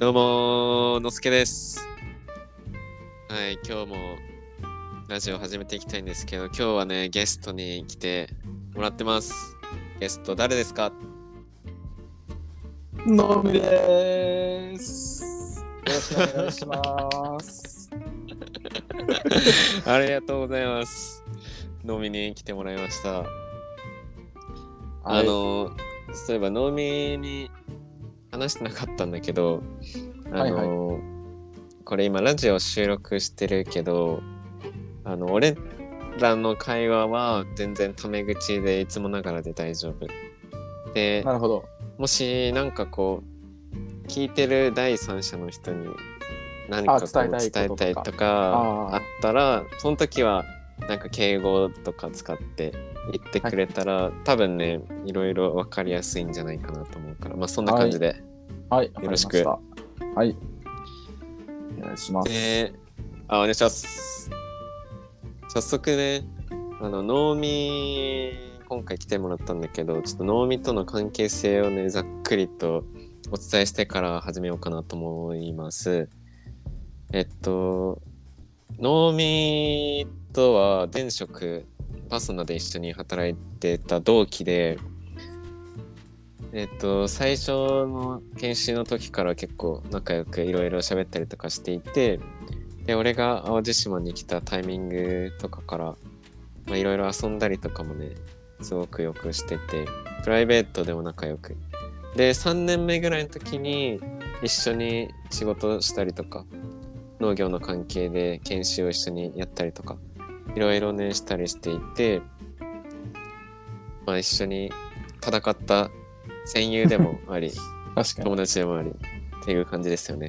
どうものすけです。はい、今日もラジオ始めていきたいんですけど、今日はねゲストに来てもらってます。ゲスト誰ですか？ のみです。よろしくお願いします。 ありがとうございます。飲みに来てもらいました。そういえば飲みに話してなかったんだけど、これ今ラジオ収録してるけど、俺らの会話は全然タメ口でいつもながらで大丈夫で、 なるほど。 もしなんかこう聞いてる第三者の人に何かこう伝えたいとかあったら、その時はなんか敬語とか使って言ってくれたら、多分ねいろいろ分かりやすいんじゃないかなと思うから、まあそんな感じで、 はい、 よろしく。 はい、お願いします。 お願いします。早速ね、能見今回来てもらったんだけど、ちょっと能見との関係性をねざっくりとお伝えしてから始めようかなと思います。能見とは前職パソナで一緒に働いてた同期で、最初の研修の時から結構仲良くいろいろ喋ったりとかしていて、で俺が淡路島に来たタイミングとかからいろいろ遊んだりとかもねすごくよくしてて、プライベートでも仲良くで、3年目ぐらいの時に一緒に仕事したりとか、農業の関係で研修を一緒にやったりとかいろいろねしたりしていて、一緒に戦った戦友でもあり確かに友達でもありっていう感じですよね。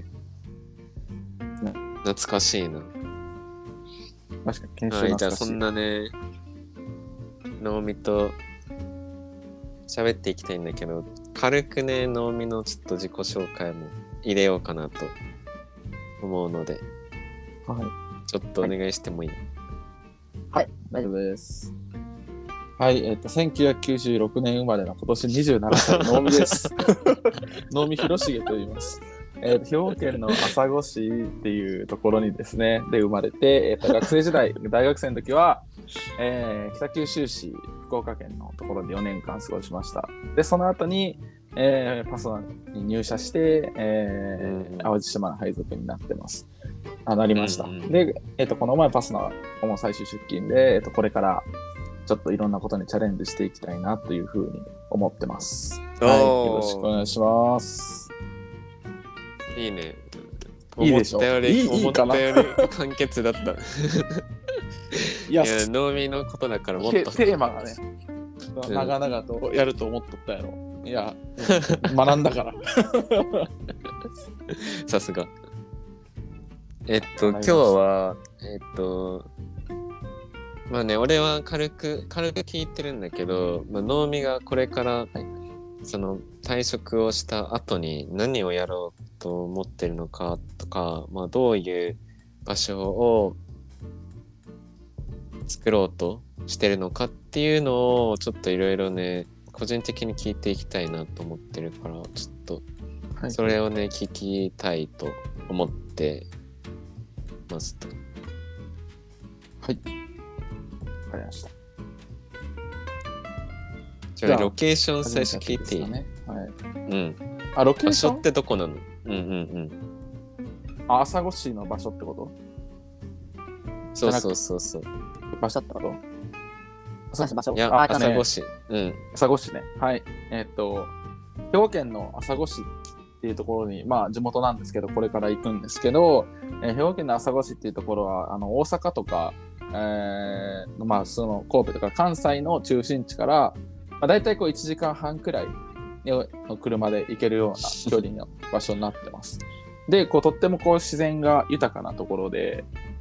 懐かしいな。 確かに研修懐かしい。 じゃあそんなね能見と喋っていきたいんだけど、軽くね能見のちょっと自己紹介も入れようかなと思うので、ちょっとお願いしてもいい？ はい、大丈夫です。はい、1996年生まれの今年27歳の能見です。能見広重と言います。兵庫県の朝来市っていうところにですねで生まれて、学生時代大学生の時は、北九州市福岡県のところで4年間過ごしました。でその後に、パソナに入社して、淡路島の配属になってます。なりました。で、この前パソナも最終出勤で、これからちょっといろんなことにチャレンジしていきたいなというふうに思ってます。はい、よろしくお願いします。 いいね。 いいでしょ。 思ったより簡潔だった。いや能見のことだからもっとテーマがね、長々とやると思っとったやろ。いや学んだから。 さすが。今日はまあね、俺は軽く聞いてるんだけど、能見がこれからその退職をした後に何をやろうと思ってるのかとか、どういう場所を作ろうとしてるのかっていうのをちょっといろいろね個人的に聞いていきたいなと思ってるから、ちょっとそれをね聞きたいと思ってますと。 はい、わかりました。 じゃあロケーション最初聞いていい？ はい。 ロケーション？ 場所ってどこなの？ 朝来市の場所ってこと？ そう。 場所ってこと？場所？ いや、朝来市。 朝来市ね。はい。兵庫県の朝来市っていうところに、地元なんですけど、これから行くんですけど、兵庫県の朝来市っていうところは、大阪とか、その神戸とか関西の中心地から、だいたい1時間半くらいの車で行けるような距離の場所になってます。で、とっても自然が豊かなところで、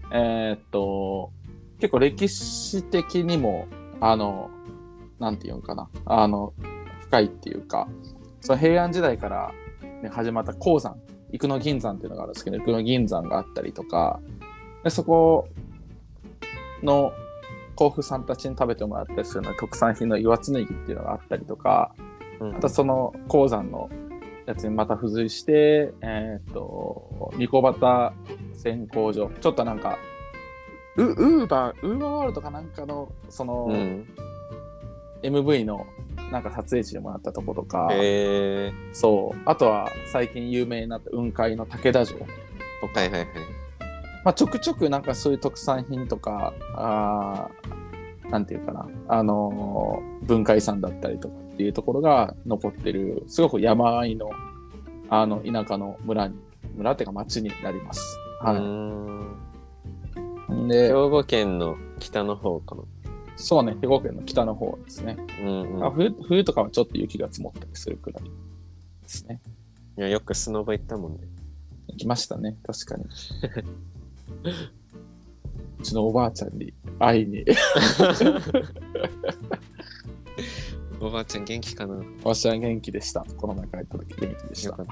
結構歴史的にも、なんていうのかな、深いっていうか、その平安時代から、始まった鉱山、生野銀山っていうのがあるんですけど、生野銀山があったりとか、でそこの甲府さんたちに食べてもらったりするような特産品の岩津ネギっていうのがあったりとか、あとその鉱山のやつにまた付随して、三子端選考所、ちょっとなんか、ウーバーワールドかなんかの、その、MV のなんか撮影地でもらったとことか、そう、あとは最近有名になった雲海の竹田城とか、まあ、ちょくちょくなんかそういう特産品とか、なんていうかな、文化遺産だったりとかっていうところが残ってる、すごく山あいの、田舎の村っていうか町になります。はい。で、 兵庫県の北の方かな。 そうね、兵庫県の北の方ですね。冬とかはちょっと雪が積もったりするくらいですね。 いや、よくスノボ行ったもんね。 行きましたね、確かに。うちのおばあちゃんに会いに。 おばあちゃん元気かな？ おばあちゃん元気でした。この前帰った時元気でした。オ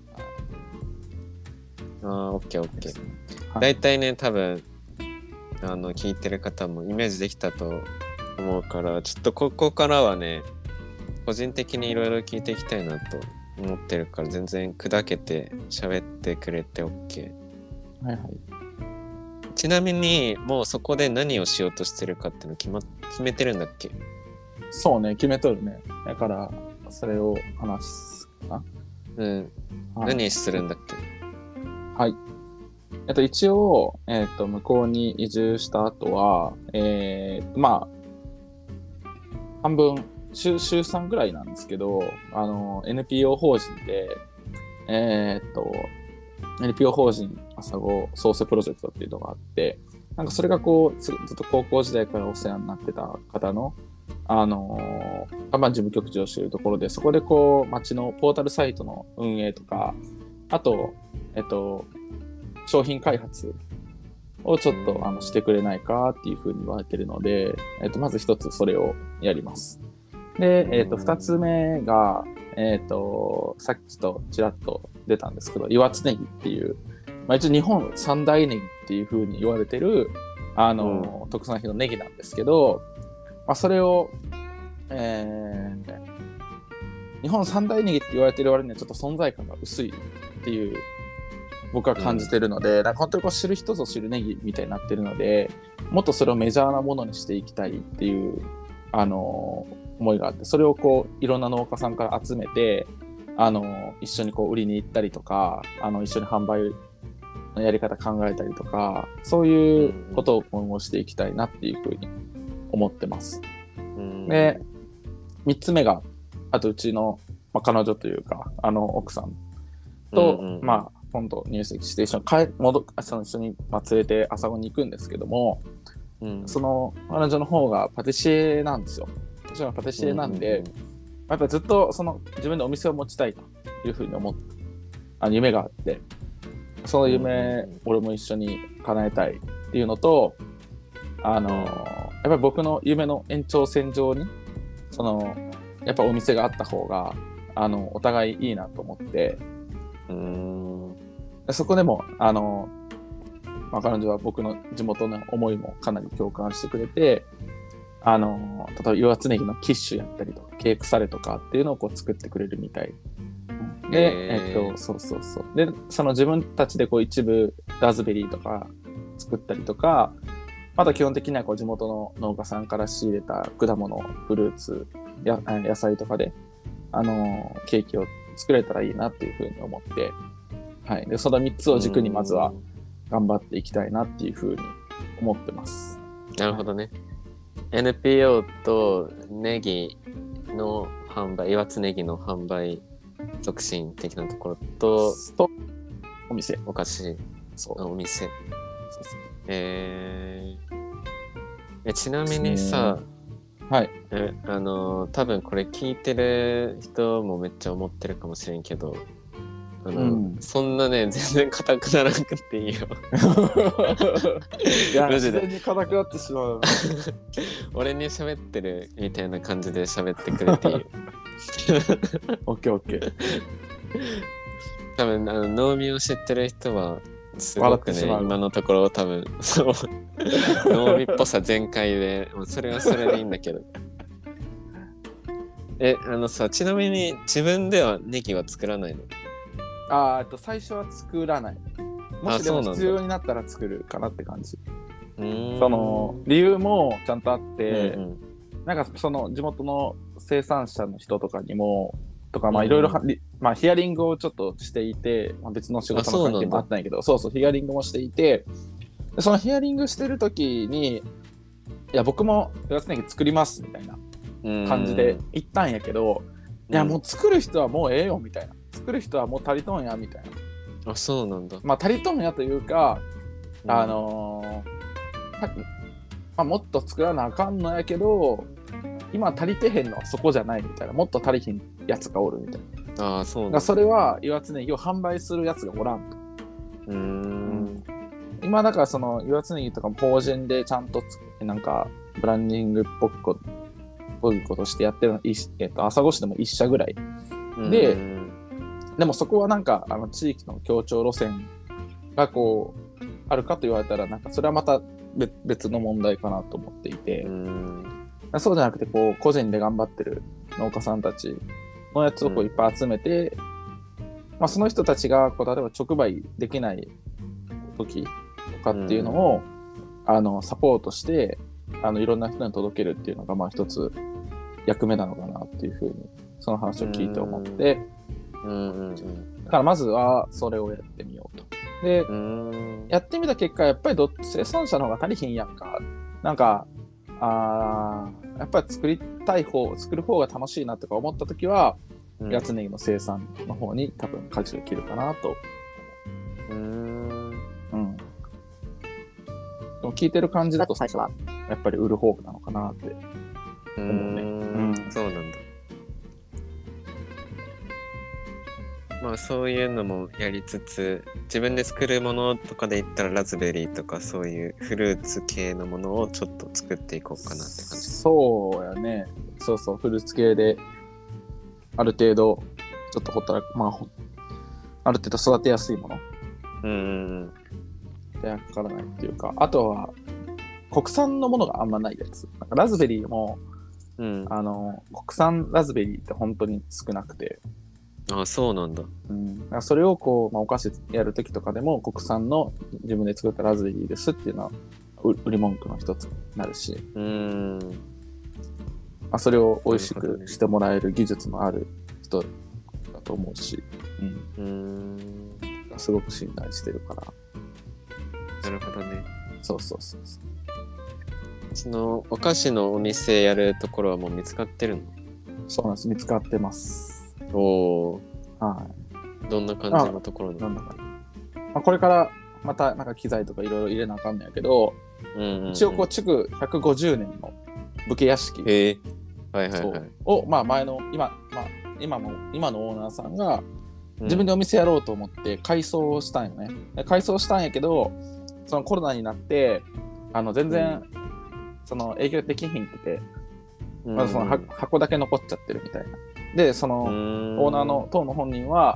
ッケー。だいたいね、多分聞いてる方もイメージできたと思うから、ちょっとここからはね、個人的にいろいろ聞いていきたいなと思ってるから、全然砕けて喋ってくれて OK。 はい。 ちなみにもうそこで何をしようとしてるかっていうの決めてるんだっけ？ そうね、決めとるね。だからそれを話すかな。 何するんだっけ？ はい。一応、向こうに移住した後は、まあ、半分、週3ぐらいなんですけど、NPO 法人で、NPO 法人朝ご創生プロジェクトっていうのがあって、なんかそれがこう、ずっと高校時代からお世話になってた方の、事務局長をしているところで、そこでこう、町のポータルサイトの運営とか、あと、商品開発をちょっとしてくれないかっていうふうに言われてるので、まず一つそれをやります。で、二つ目が、さっきちょっとちらっと出たんですけど、岩津ネギっていう、まあ、一応日本三大ネギっていうふうに言われてる、特産品のネギなんですけど、まあ、それを、日本三大ネギって言われてる割にはちょっと存在感が薄いっていう僕は感じてるので、なんか本当にこう知る人ぞ知るネギみたいになってるので、もっとそれをメジャーなものにしていきたいっていう、思いがあって、それをこういろんな農家さんから集めて、一緒にこう売りに行ったりとか、一緒に販売のやり方考えたりとか、そういうことを今後していきたいなっていうふうに思ってます。で、3つ目が、あとうちの、彼女というか、奥さんと、今度入籍して一緒に連れて朝ごに行くんですけども、その彼女の方がパティシエなんですよ。私はパティシエなんで、やっぱずっと自分でお店を持ちたいというふうに思って、夢があって、その夢、俺も一緒に叶えたいっていうのと、やっぱり僕の夢の延長線上に、やっぱお店があった方が、お互いいいなと思って、そこでも、彼女は僕の地元の思いもかなり共感してくれて、例えば岩津ネギのキッシュやったりとか、ケークサレとかっていうのをこう作ってくれるみたい。で、そう。で、自分たちでこう一部ラズベリーとか作ったりとか、また基本的にはこう地元の農家さんから仕入れた果物、フルーツ、野菜とかで、ケーキを作れたらいいなっていうふうに思って、はい。で、その3つを軸にまずは頑張っていきたいなっていうふうに思ってます。 なるほどね。NPO とネギの販売、岩津ネギの販売促進的なところと、 お店。 お菓子。お店。ちなみにさ、 はい。 多分これ聞いてる人もめっちゃ思ってるかもしれんけど、そんなね、全然硬くならなくていいよ。 いや、自然に硬くなってしまう。 俺に喋ってるみたいな感じで喋ってくれていいよ。 オッケー。 多分農民を知ってる人はすごくね、今のところ多分農民っぽさ全開で、もうそれはそれでいいんだけど。 ちなみに自分ではネギは作らないの？ 最初は作らない。もしでも必要になったら作るかなって感じ。その理由もちゃんとあって、なんかその地元の生産者の人とかにもまあいろいろヒアリングをちょっとしていて、まあ、別の仕事の関係もあったんやけど、そうヒアリングもしていて、でそのヒアリングしてる時に、いや僕も岩津ネギ作りますみたいな感じで言ったんやけど、いやもう作る人はもうええよみたいな、作る人はもう足りとんやみたいな。 あ、そうなんだ。 まあ足りとんやというか、まあ、もっと作らなあかんのやけど、今足りてへんのはそこじゃないみたいな、もっと足りひんやつがおるみたいな。 そうなんだ。 それは岩津ネギを販売するやつがおらんと。今だからその岩津ネギとかも法人でちゃんとなんかブランディングっぽいことしてやってるの、朝来市でも1社ぐらいで、でもそこはなんか地域の協調路線がこうあるかと言われたら、なんかそれはまた別の問題かなと思っていて、そうじゃなくてこう個人で頑張ってる農家さんたちのやつをこういっぱい集めて、まあ、その人たちがこう例えば直売できない時とかっていうのを、サポートしていろんな人に届けるっていうのがまあ一つ役目なのかなっていうふうにその話を聞いて思って、だからまずはそれをやってみようと。で、やってみた結果やっぱり生産者の方が足りひんやんか、なんかやっぱり作る方が楽しいなとか思った時は、やつネギの生産の方に多分舵を切るかなと。でも聞いてる感じだと最初はやっぱり売る方なのかなって思うね。 そうなんだ。まあそういうのもやりつつ、自分で作るものとかで言ったらラズベリーとかそういうフルーツ系のものをちょっと作っていこうかなって感じ。 そうやね。そうフルーツ系である程度ちょっとある程度育てやすいものでやからないっていうか、あとは国産のものがあんまないやつ。なんかラズベリーも、国産ラズベリーって本当に少なくて。 そうなんだ。 それをこう、お菓子やるときとかでも国産の自分で作ったラズベリーですっていうのは売り文句の一つになるし、それを美味しくしてもらえる技術のある人だと思うし、すごく信頼してるから。 なるほどね。 そう。 そのお菓子のお店やるところはもう見つかってるの？ そうなんです、見つかってます。 おー。 はい。 どんな感じのところなの？ これからまたなんか機材とかいろいろ入れなあかんのやけど、一応こう築150年の武家屋敷を前の今のオーナーさんが自分でお店やろうと思って改装したんよね。改装したんやけど、そのコロナになって全然その営業できひんくて、まずその箱だけ残っちゃってるみたいな。でそのオーナーの当の本人は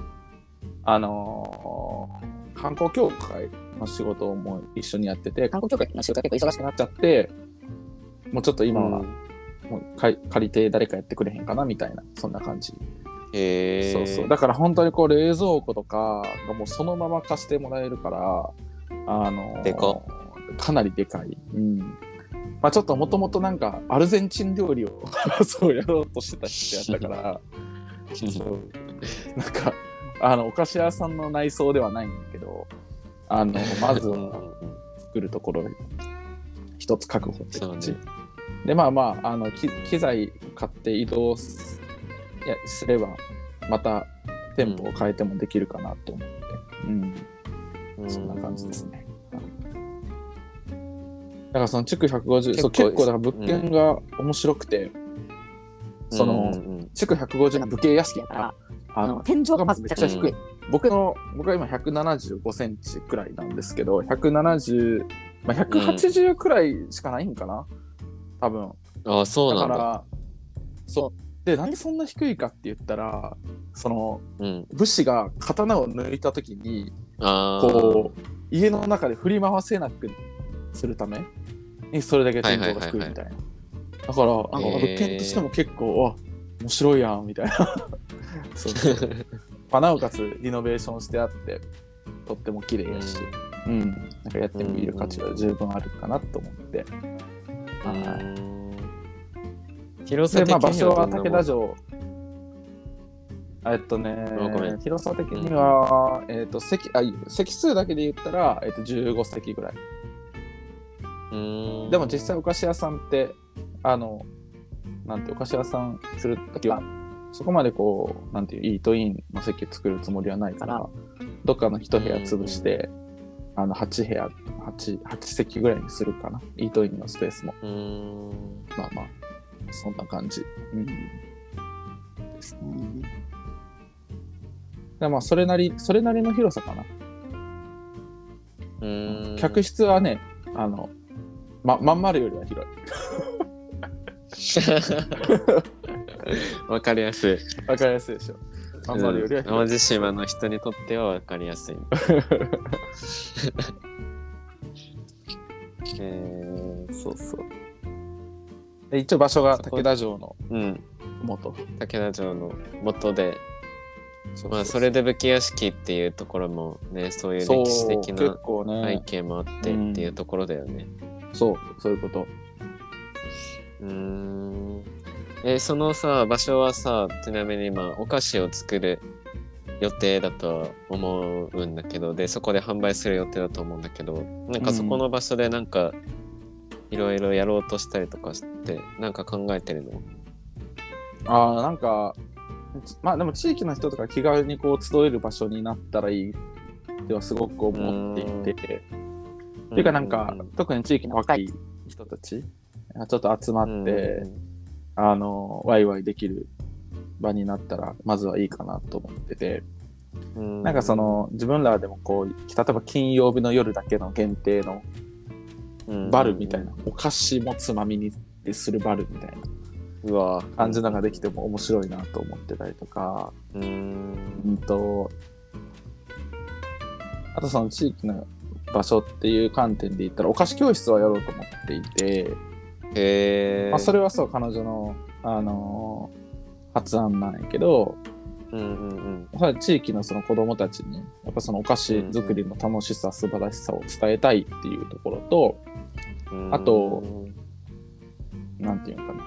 観光協会の仕事をもう一緒にやってて、観光協会の仕事が結構忙しくなっちゃって、もうちょっと今はもう借りて誰かやってくれへんかなみたいな、そんな感じ。そうだから本当にこう冷蔵庫とかがもうそのまま貸してもらえるからかなりでかい。ちょっともともとなんかアルゼンチン料理をそうやろうとしてた人やったからなんかお菓子屋さんの内装ではないんだけど、まずは作るところで一つ確保って感じ。で機材買って移動すればまた店舗を変えてもできるかなと思って、そんな感じですね。だからその築150、結構だから物件が面白くて、その築150の武家屋敷やから天井がまずめちゃくちゃ低い。僕は今175センチくらいなんですけど、180くらいしかないんかな多分。 そうなんだ。 だからでなんでそんな低いかって言ったら、その、武士が刀を抜いた時にこう家の中で振り回せなくするためにそれだけ天井が低いみたいな。だから物件としても結構面白いやんみたいなそうそうまあ、なおかつリノベーションしてあってとっても綺麗やし、なんかやってみる価値は十分あるかなと思って、 広さ的には場所は武田城。広さ的には、席数だけで言ったら、15席ぐらい。でも実際お菓子屋さんってなんてお菓子屋さんするときはそこまでこうなんていうイートインの席作るつもりはないから、どっかの一部屋潰して8席ぐらいにするかな、イートインのスペースも。まあまあそんな感じ。ですね。でまあそれなりの広さかな。客室はねまん丸よりは広い。 わかりやすい。 わかりやすいでしょ。まん丸よりは広い。 淡路島の人にとってはわかりやすい。 そうそう。で一応場所が武田城の元。 武田城の元で、まあそれで武家屋敷っていうところもね、そういう歴史的な背景もあってっていうところだよね。 そういうこと。 そのさ場所はさ、ちなみにまあお菓子を作る予定だとは思うんだけど、でそこで販売する予定だと思うんだけど、なんかそこの場所でなんかいろいろやろうとしたりとかしてなんか考えてるの？ なんかまあでも地域の人とか気軽にこう集える場所になったらいいってはすごく思っていて、っていうかなんか特に地域の若い人たちちょっと集まってワイワイできる場になったらまずはいいかなと思ってて、なんかその自分らでもこう例えば金曜日の夜だけの限定のバルみたいな、お菓子もつまみにするバルみたいな感じのができても面白いなと思ってたりとか、あとその地域の場所っていう観点で言ったらお菓子教室はやろうと思っていて、それはそう彼女の発案なんやけど、地域のその子供たちにやっぱそのお菓子作りの楽しさ、素晴らしさを伝えたいっていうところと、あとなんていうのかな、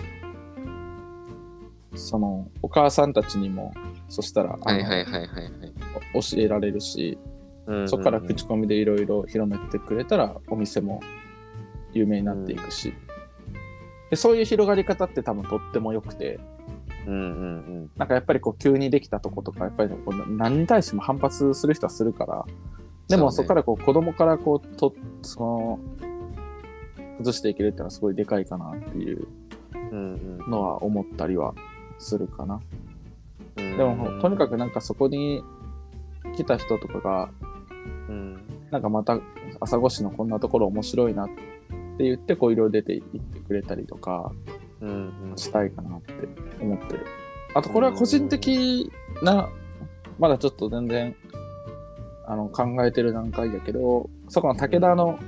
そのお母さんたちにもそしたら教えられるし、そこから口コミでいろいろ広めてくれたらお店も有名になっていくし、でそういう広がり方って多分とっても良くて、なんかやっぱりこう急にできたとことかやっぱりこう何に対しても反発する人はするから、でもそこからこう子供からこうその崩していけるっていうのはすごいでかいかなっていうのは思ったりはするかな。でもとにかくなんかそこに来た人とかが、なんかまた朝来市のこんなところ面白いなって言ってこういろいろ出て行ってくれたりとかしたいかなって思ってる。あとこれは個人的なまだちょっと全然考えてる段階だけど、そこの武田の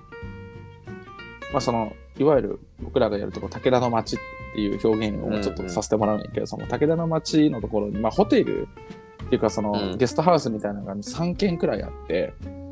そのいわゆる僕らがやるとこ武田の町っていう表現をちょっとさせてもらうんだけど、その武田の町のところにホテルっていうかそのゲストハウスみたいなのが3軒くらいあって、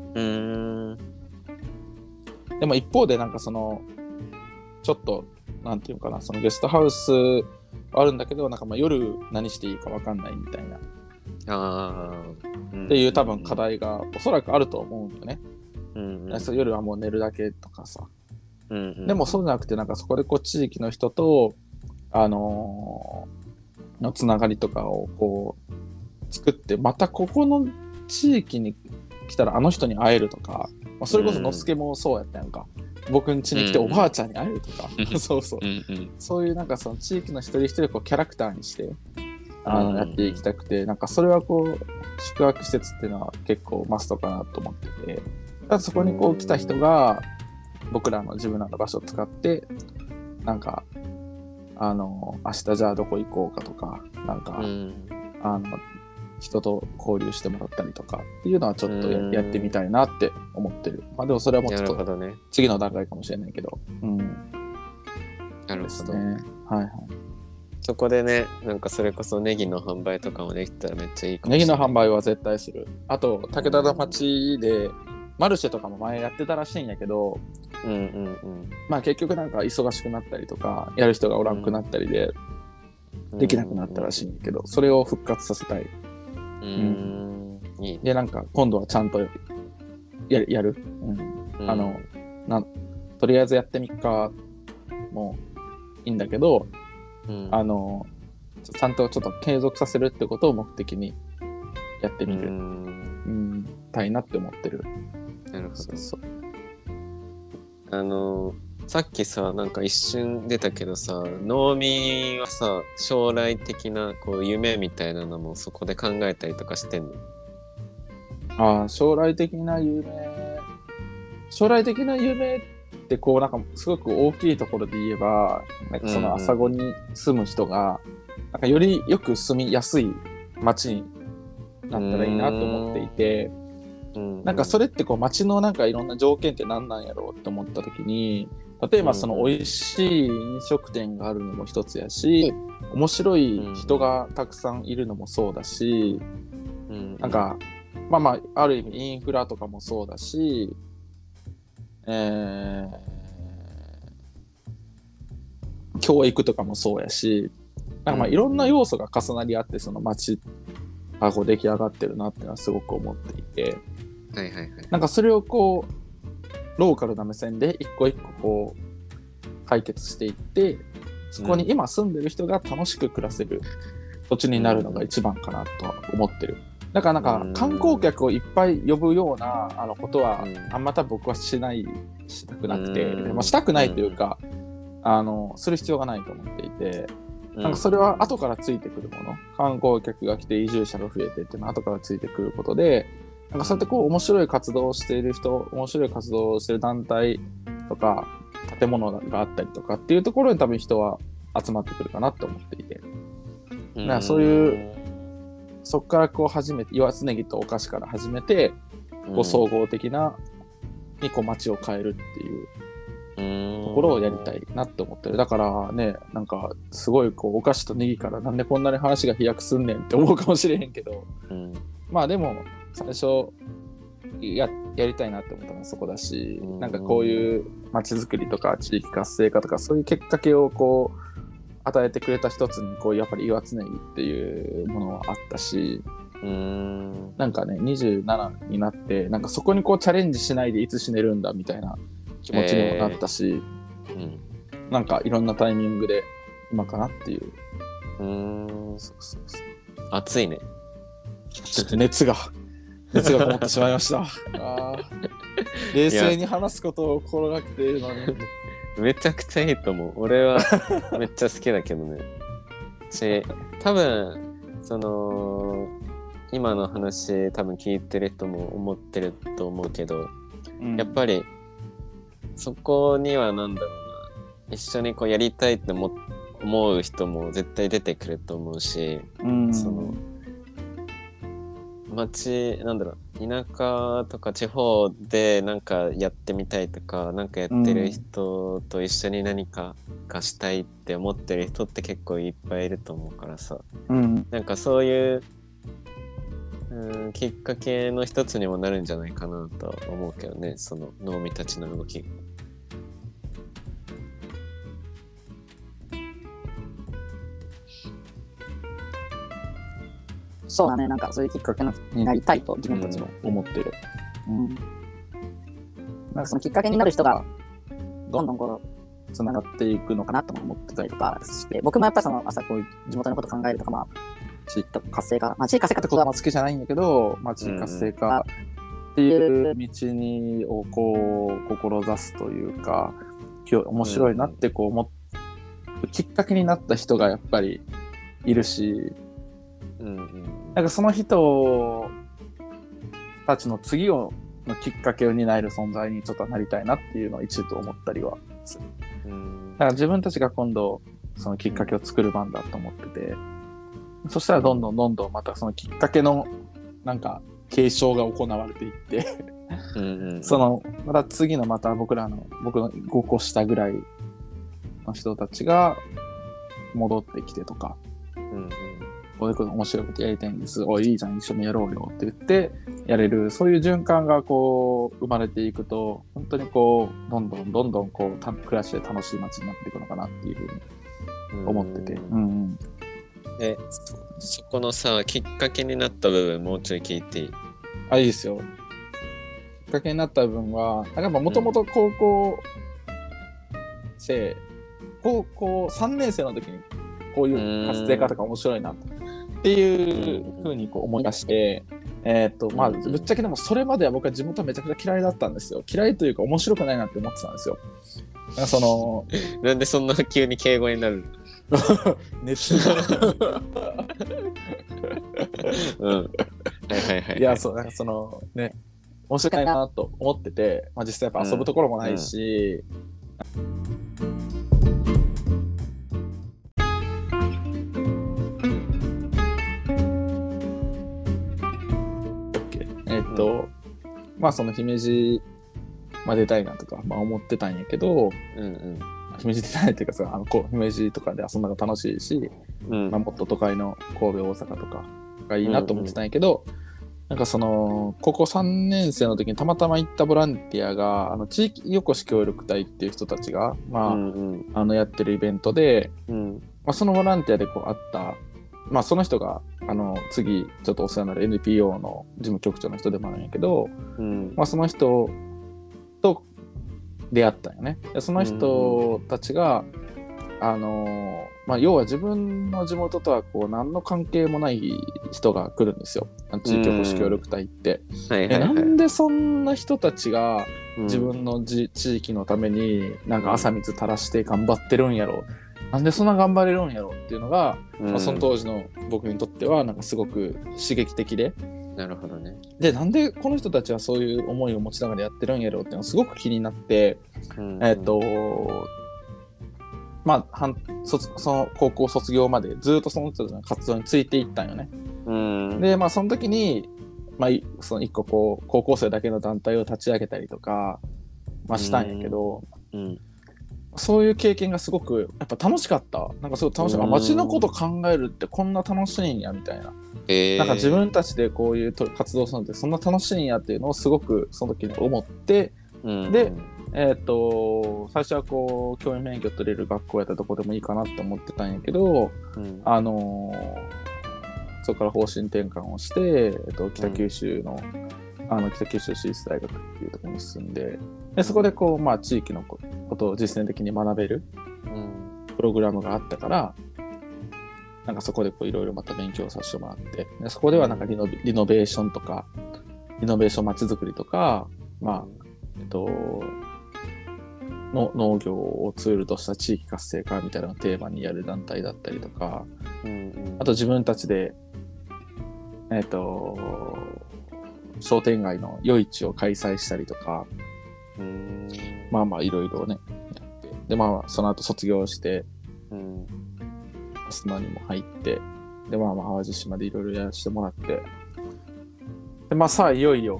でも一方でなんかそのちょっとなんていうかな、そのゲストハウスあるんだけどなんか夜何していいか分かんないみたいなっていう多分課題がおそらくあると思うんだよね。夜はもう寝るだけとかさ、でもそうじゃなくてなんかそこでこう地域の人とのつながりとかをこう作って、またここの地域に来たらあの人に会えるとか、それこそのすけもそうやったやんか、僕ん家に来ておばあちゃんに会えるとか、そういうなんかその地域の一人一人こうキャラクターにしてやっていきたくて、なんかそれはこう宿泊施設っていうのは結構マストかなと思ってて、ただそこにこう来た人が僕らの自分らの場所を使ってなんか明日じゃあどこ行こうかとか、なんか人と交流してもらったりとかっていうのはちょっと やってみたいなって思ってる。でもそれはもうちょっと次の段階かもしれないけど。 なるほど。 ね、はいはい。 そこでね、なんかそれこそネギの販売とかもできたらめっちゃいいかもネギしれない。 の販売は絶対する。あと武田の町でマルシェとかも前やってたらしいんやけど、 うんうんまあ結局なんか忙しくなったりとかやる人がおらんくなったりでうん。 できなくなったらしいんやけど、それを復活させたい。 いいね。 でなんか今度はちゃんとやる、とりあえずやってみっかもいいんだけど、ちゃんとちょっと継続させるってことを目的にやってみるたいなって思ってる。 なるほど。 そうさっきさ、なんか一瞬出たけどさ、能見はさ、将来的なこう夢みたいなのもそこで考えたりとかしてんの？ 将来的な夢ってこうなんかすごく大きいところで言えば、なんかその朝子に住む人がなんかよりよく住みやすい街になったらいいなと思っていて、なんかそれってこう街のなんかいろんな条件って何なんやろうって思った時に、例えばその美味しい飲食店があるのも一つやし、面白い人がたくさんいるのもそうだし、なんかまあある意味インフラとかもそうだし、教育とかもそうやし、なんかまあいろんな要素が重なり合ってその街がこう出来上がってるなっていうのはすごく思っていて、なんかそれをこうローカルな目線で一個一個こう解決していって、そこに今住んでる人が楽しく暮らせる土地になるのが一番かなとは思ってる。だからなんか観光客をいっぱい呼ぶようなことはあんま多分僕はしたくなくて、まあ、したくないというか、する必要がないと思っていて、なんかそれは後からついてくるもの、観光客が来て移住者が増えてっていうのは後からついてくることで、なんかそうやってこう面白い活動をしている人、面白い活動をしている団体とか建物があったりとかっていうところに多分人は集まってくるかなと思っていて、だからそういうそこからこう始めて、岩津ネギとお菓子から始めて、こう総合的なにこう街を変えるっていうところをやりたいなって思ってる。だからね、なんかすごいこうお菓子とネギからなんでこんなに話が飛躍すんねんって思うかもしれへんけど、まあでも最初やりたいなって思ったのはそこだし、なんかこういう街づくりとか地域活性化とかそういうきっかけをこう与えてくれた一つにこうやっぱり岩津ネギっていうものはあったし、なんかね27になってなんかそこにこうチャレンジしないでいつ死ねるんだみたいな気持ちにもなったし、なんかいろんなタイミングで今かなっていう。そう熱いね。 ちょっと熱がこもってしまいました。冷静に話すことを心がけているのに。 めちゃくちゃいいと思う。俺はめっちゃ好きだけどね。多分その今の話多分聞いてる人も思ってると思うけど、やっぱりそこにはなんだろうな、一緒にこうやりたいって思う人も絶対出てくると思うし、その町なんだろう、田舎とか地方でなんかやってみたいとか、なんかやってる人と一緒に何かがしたいって思ってる人って結構いっぱいいると思うからさ、なんかそういうきっかけの一つにもなるんじゃないかなと思うけどね、その能見たちの動き。 そうだね、なんかそういうきっかけになりたいと自分たちも思ってる。 なんかそのきっかけになる人がどんどんこうつながっていくのかなとも思ってたりとかして、僕もやっぱりその朝こういう地元のこと考えるとか、まあ地域活性化、地域活性化って言葉好きじゃないんだけど、地域活性化っていう道にをこう志すというか、今日面白いなってこう思うきっかけになった人がやっぱりいるし、なんかその人たちの次のきっかけを担える存在にちょっとなりたいなっていうのを一部思ったりはする。だから自分たちが今度そのきっかけを作る番だと思ってて、そしたらどんどんまたそのきっかけのなんか継承が行われていってそのまた次の僕の5個下ぐらいの人たちが戻ってきてとか、 うんこういうこと面白いことやりたいんです。おい、いいじゃん、一緒にやろうよって言ってやれる、そういう循環がこう生まれていくと、本当にこうどんどんこう暮らしで楽しい街になっていくのかなっていうふうに思ってて、 で、そこのさ、きっかけになった部分もうちょい聞いていい？ いいですよ。きっかけになった部分は、なんかもともと高校3年生の時にこういう活性化とか面白いなっていうふうにこう思い出して、まあぶっちゃけでもそれまでは僕は地元はめちゃくちゃ嫌いだったんですよ。嫌いというか面白くないなって思ってたんですよ。 なんでそんな急に敬語になるの熱がいや、そう、なんかね、面白くないなと思ってて、まあ実際やっぱ遊ぶところもないし、まあその姫路出たいなとか、まあ、思ってたんやけど、姫路出たいっていうかさ、姫路とかで遊んだのが楽しいし、まあ、もっと都会の神戸、大阪とかがいいなと思ってたんやけど、なんか高校3年生の時にたまたま行ったボランティアが、地域おこし協力隊っていう人たちが、まあ、やってるイベントで、まあ、そのボランティアでこう会った、まあ、その人が次ちょっとお世話になる NPO の事務局長の人でもあるんやけど、まあ、その人と出会ったんよね。でその人たちが、まあ、要は自分の地元とはこう何の関係もない人が来るんですよ、地域おこし協力隊って。なんでそんな人たちが自分の地域のためになんか朝水垂らして頑張ってるんやろ、なんでそんな頑張れるんやろっていうのが、まあ、その当時の僕にとってはなんかすごく刺激的で。 なるほどね。 で、なんでこの人たちはそういう思いを持ちながらやってるんやろうっていうのがすごく気になって、まあ、その高校卒業までずっとその人たちの活動についていったんよね。で、まあその時に、まあ、その一個こう高校生だけの団体を立ち上げたりとか、まあ、したんやけど、そういう経験がすごくやっぱ楽しかった。なんかすごい楽しい。街のこと考えるってこんな楽しいんやみたいな。なんか自分たちでこういう活動するのってそんな楽しいんやっていうのをすごくその時に思って、で、最初はこう教員免許取れる学校やったらどこでもいいかなって思ってたんやけど、そこから方針転換をして、北九州の、北九州市立大学っていうところに進んで、そこでこう、まあ、地域のことを実践的に学べるプログラムがあったから、なんかそこでいろいろまた勉強させてもらって、でそこではなんかリノベーションとか、リノベーションまちづくりとか、まあ、農業をツールとした地域活性化みたいなのをテーマにやる団体だったりとか、あと自分たちで、商店街の夜市を開催したりとか、まあまあいろいろね、やって、でまあその後卒業して、砂にも入って、でまあ淡路島でいろいろやらせてもらって、でまあさあいよいよ、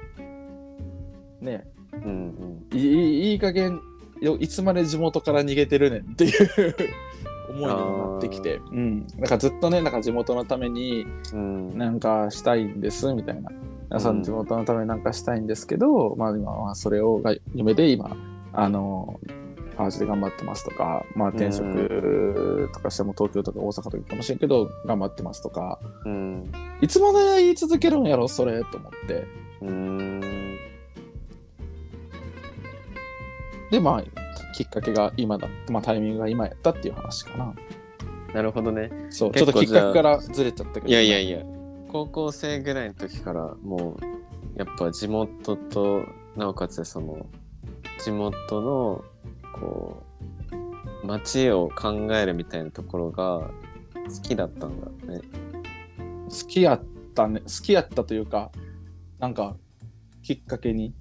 ね、いい加減いつまで地元から逃げてるねんっていう思いにもなってきて、なんかずっとね、なんか地元のためになんかしたいんですみたいな、皆さん地元のためになんかしたいんですけど、まあ今はそれが夢で今淡路で頑張ってますとか、まあ転職とかしても東京とか大阪とかかもしれんけど頑張ってますとか、いつまで言い続けるんやろそれと思って。でまあきっかけが今だ、まあタイミングが今やったっていう話かな。 なるほどね。 そうちょっときっかけからずれちゃったけど、 いや高校生ぐらいの時からもうやっぱ地元となおかつその地元のこう街を考えるみたいなところが好きだったんだね。 好きやったというか、なんかきっかけに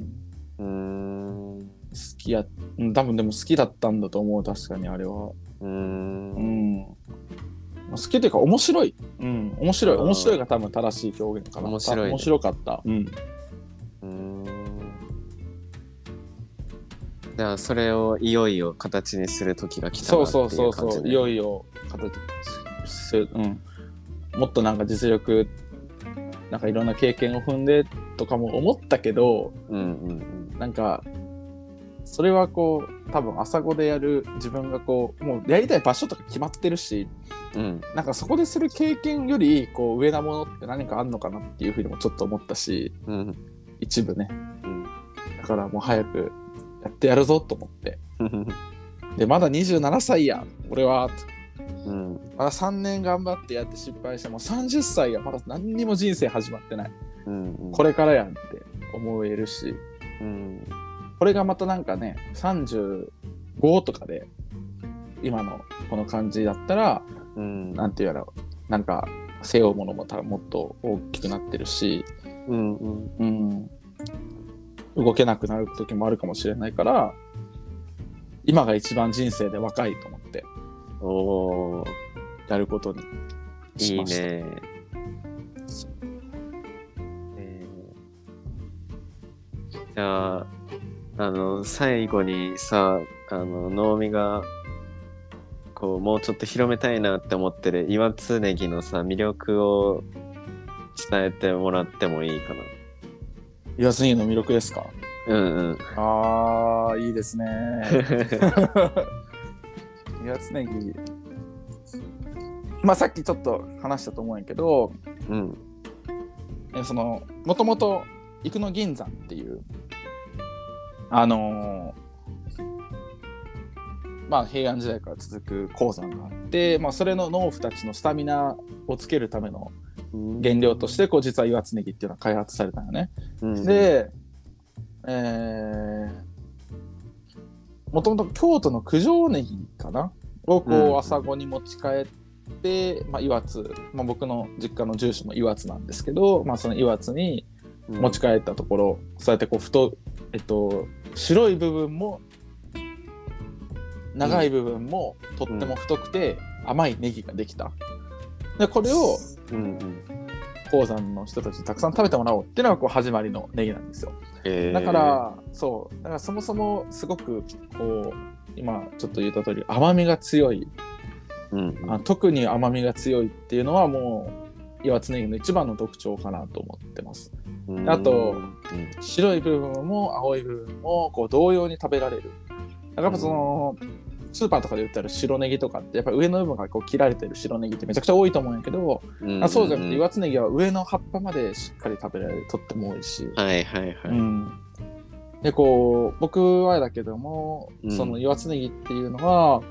好きや、多分でも好きだったんだと思う。確かにあれは好きというか面白い、面白いが多分正しい表現かな。面白かった。 じゃあそれをいよいよ形にする時が来たなっていう感じで。 そういよいよ形もっとなんか実力なんかいろんな経験を踏んでとかも思ったけど、なんかそれはこう多分朝子でやる自分がこうもうやりたい場所とか決まってるし、なんかそこでする経験よりこう上なものって何かあんのかなっていうふうにもちょっと思ったし、一部ね、だからもう早くやってやるぞと思ってでまだ27歳や俺は、まだ3年頑張ってやって失敗しても30歳やまだ何にも人生始まってない、これからやんって思えるし、これがまたなんかね35とかで今のこの感じだったら、なんていうやろなんか背負うものももっと大きくなってるし、動けなくなる時もあるかもしれないから今が一番人生で若いと思ってやることにしました。いいね。 じゃあ最後にさ能見がこうもうちょっと広めたいなって思ってる岩津ネギのさ魅力を伝えてもらってもいいかな。 岩津ネギの魅力ですか？ああいいですね岩津ネギまあさっきちょっと話したと思うんやけど、そのもともと生野銀山っていうまあ平安時代から続く鉱山があって、まあ、それの農夫たちのスタミナをつけるための原料としてこう実は岩津ネギっていうのは開発されたんよね。で、もともと京都の九条ネギかなをこう朝子に持ち帰って、まあ、岩津、まあ、僕の実家の住所も岩津なんですけど、まあ、その岩津に持ち帰ったところ、そうやってこう白い部分も長い部分もとっても太くて甘いネギができた。でこれを鉱山の人たちにたくさん食べてもらおうっていうのがこう始まりのネギなんですよ。だからそもそもすごくこう今ちょっと言った通り甘みが強い、特に甘みが強いっていうのはもう岩津ネギの一番の特徴かなと思ってます。あと、白い部分も青い部分もこう同様に食べられる。やっぱそのスーパーとかで売ってある白ネギとかってやっぱ上の部分がこう切られてる白ネギってめちゃくちゃ多いと思うんやけど、そうじゃなくて岩津ネギは上の葉っぱまでしっかり食べられるとっても多いし、でこう僕はだけども、その岩津ネギっていうのは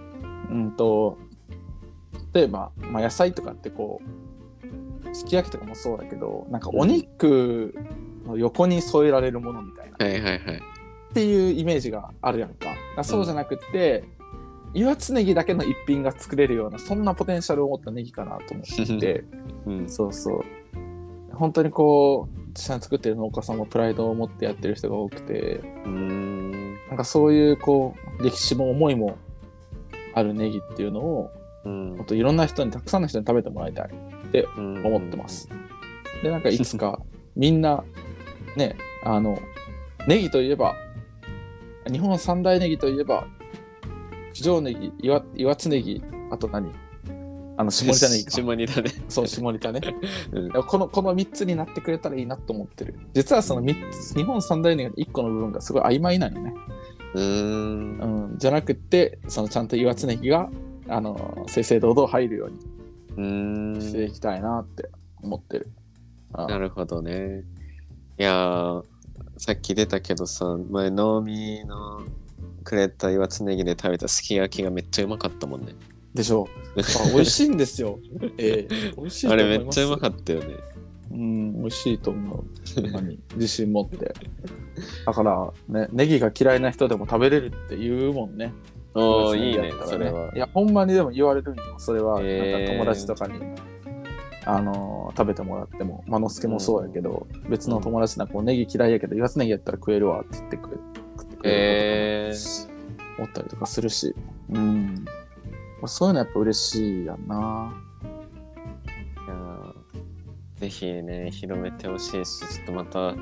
例えば、まあ、野菜とかってこうすき焼きとかもそうだけどなんかお肉の横に添えられるものみたいな、っていうイメージがあるやんか。そうじゃなくて、岩津ネギだけの一品が作れるようなそんなポテンシャルを持ったネギかなと思っていて、そうそう本当にこう実際に作ってる農家さんもプライドを持ってやってる人が多くて、なんかそういうこう歴史も思いもあるネギっていうのを、もっといろんな人にたくさんの人に食べてもらいたいって思ってます。でなんかいつかみんなねネギといえば日本三大ネギといえば九条ネギ、岩津ネギ、あと何下仁田ネギか。 下仁田ね。 そう下仁田ね、この3つになってくれたらいいなと思ってる。実はその3つ日本三大ネギの1個の部分がすごい曖昧なのね。じゃなくってそのちゃんと岩津ネギが正々堂々入るようにしていきたいなって思ってる。 なるほどね。いやさっき出たけどさ、前能見のくれた岩津ネギで食べたすき焼きがめっちゃうまかったもんね。 でしょ美味しいんですよ。美味しいと思います。 あれめっちゃうまかったよね。 美味しいと思う。自信持って。だからね、ネギが嫌いな人でも食べれるって言うもんね。 いいね、それは。 いや、ほんまにでも言われるんよ。それは、なんか友達とかに、食べてもらっても、まあ、のすけもそうやけど、別の友達なんかこうネギ嫌いやけど、岩津ネギやったら食えるわって言って食ってくれる思ったりとかするし、そういうのやっぱ嬉しいやんな。 いやぜひね広めてほしいし、ちょっとまた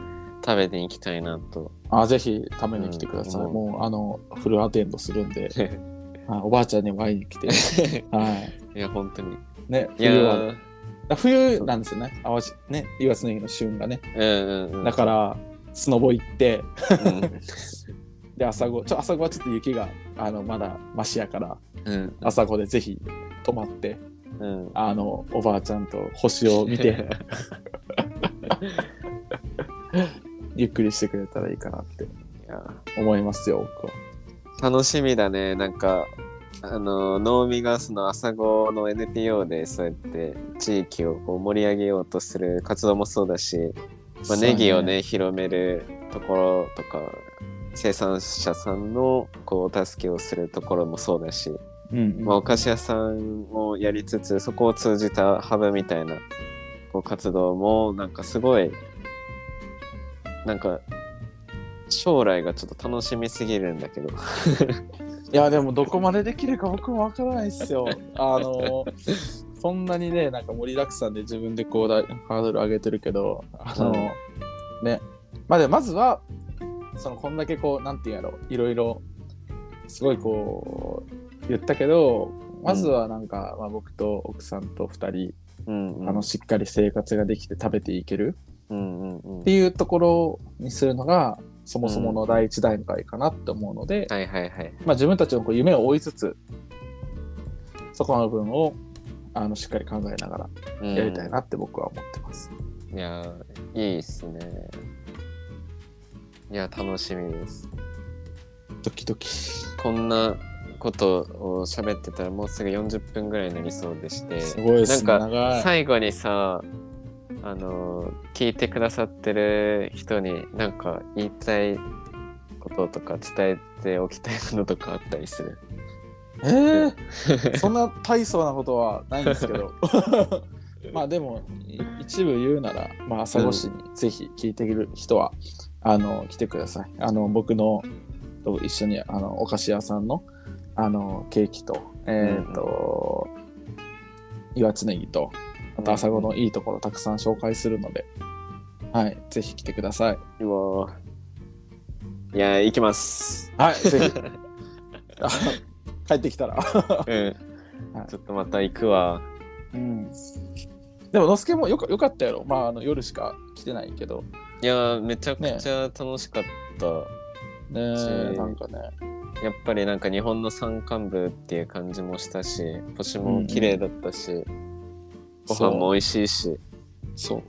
食べに行きたいなと。 ぜひ食べに来てください。もうフルアテンドするんで、おばあちゃんにも会いに来て。 いや、本当に。 ね、冬なんですよね。岩津ネギの旬がね。だから、スノボ行って、で、朝ごはちょっと雪がまだマシやから、朝ごでぜひ泊まって、おばあちゃんと星を見て、ゆっくりしてくれたらいいかなって思いますよ、僕は。 楽しみだね。なんか能見がその朝ごの NPO でそうやって地域をこう盛り上げようとする活動もそうだし、ネギをね広めるところとか生産者さんのこうお助けをするところもそうだし、お菓子屋さんをやりつつそこを通じたハブみたいなこう活動もなんかすごいなんか将来がちょっと楽しみすぎるんだけどいやでもどこまでできるか僕もわからないっすよ。そんなにねなんか盛りだくさんで自分でこうハードル上げてるけどね、でまずはこんだけこうなんていうんやろいろいろすごいこう言ったけどまずはなんか、僕と奥さんと2人、しっかり生活ができて食べていける、っていうところにするのがそもそもの第一段階かなって思うので、自分たちのこう夢を追いつつそこの部分をしっかり考えながらやりたいなって僕は思ってます。 いやいいっすね。いや楽しみです。 ドキドキ。こんなことを喋ってたらもうすぐ40分ぐらいになりそうでして、 すごいですね。 なんか最後にさ聞いてくださってる人になんか言いたいこととか伝えておきたいものとかあったりする？ そんな大層なことはないんですけどでも一部言うなら、朝越しにぜひ聞いてくる人は来てください。僕のと一緒にお菓子屋さんのケーキと岩津ネギとあと朝ごのいいところたくさん紹介するので、ぜひ来てください。 いや行きます。 ぜひ帰ってきたらちょっとまた行くわ。 でものすけもよかったやろ。夜しか来てないけど。 いやめちゃくちゃ楽しかった。 なんかね。 やっぱりなんか日本の山間部っていう感じもしたし、星も綺麗だったし、ご飯も美味しいし。 そう。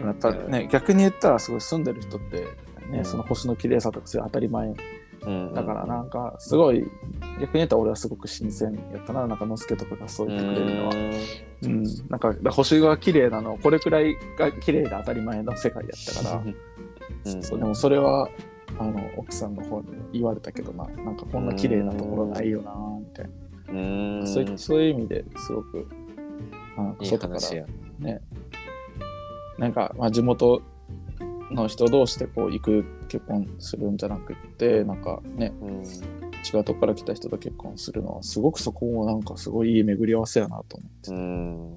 やっぱね、逆に言ったらすごい住んでる人ってね、その星の綺麗さとかそういう当たり前。だからなんかすごい逆に言ったら俺はすごく新鮮やったな。なんかのすけとかがそう言ってくれるのは。なんか星が綺麗なのこれくらいが綺麗で当たり前の世界やったから。でもそれは奥さんの方に言われたけどなんかこんな綺麗なところないよなみたいな。そういう意味ですごく外からねなんか地元の人同士でこう行く結婚するんじゃなくってなんかね、違うとこから来た人と結婚するのはすごくそこもなんかすごいいい巡り合わせやなと思って、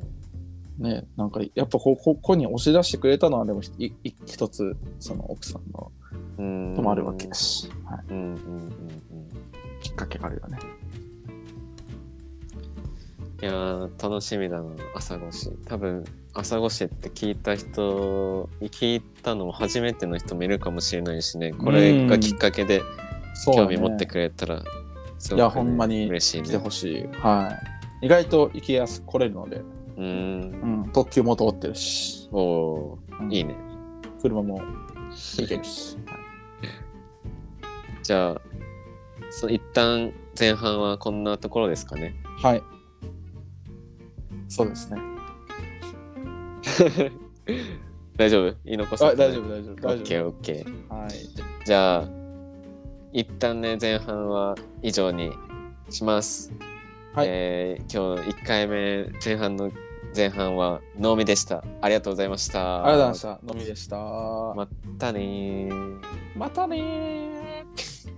ね、なんかやっぱここに押し出してくれたのはでも一つその奥さんの泊まるわけだし、きっかけがあるよね。 いや楽しみだな。朝越し多分朝越しって聞いたのも初めての人もいるかもしれないしね。これがきっかけで興味持ってくれたらすごく、 いやほんまに嬉しいね。 来てほしい。意外と行きやすく来れるので、特急も通ってるし、 いいね。 車も行けるし。 じゃあ一旦前半はこんなところですかね。 そうですね。 大丈夫？言い残す？ 大丈夫。 オッケー。じゃあ一旦ね前半は以上にします。今日1回目前半は能見でした。ありがとうございました。 ありがとうございました。能見でした。 またねー。